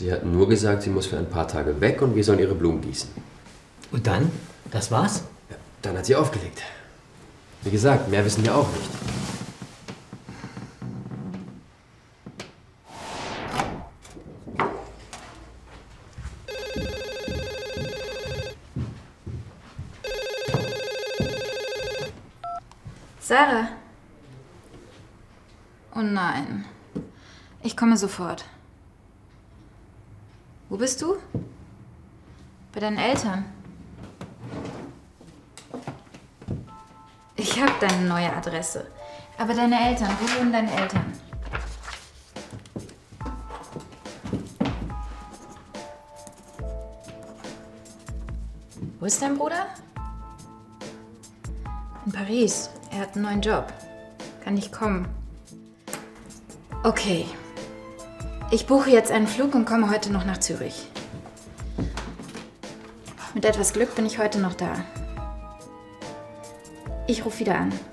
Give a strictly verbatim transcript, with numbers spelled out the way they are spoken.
Sie hat nur gesagt, sie muss für ein paar Tage weg und wir sollen ihre Blumen gießen. Und dann? Das war's? Ja, dann hat sie aufgelegt. Wie gesagt, mehr wissen wir auch nicht. Sarah. Oh nein. Ich komme sofort. Wo bist du? Bei deinen Eltern. Ich habe deine neue Adresse. Aber deine Eltern, wo wohnen deine Eltern? Wo ist dein Bruder? In Paris. Er hat einen neuen Job. Kann nicht kommen. Okay. Ich buche jetzt einen Flug und komme heute noch nach Zürich. Mit etwas Glück bin ich heute noch da. Ich rufe wieder an.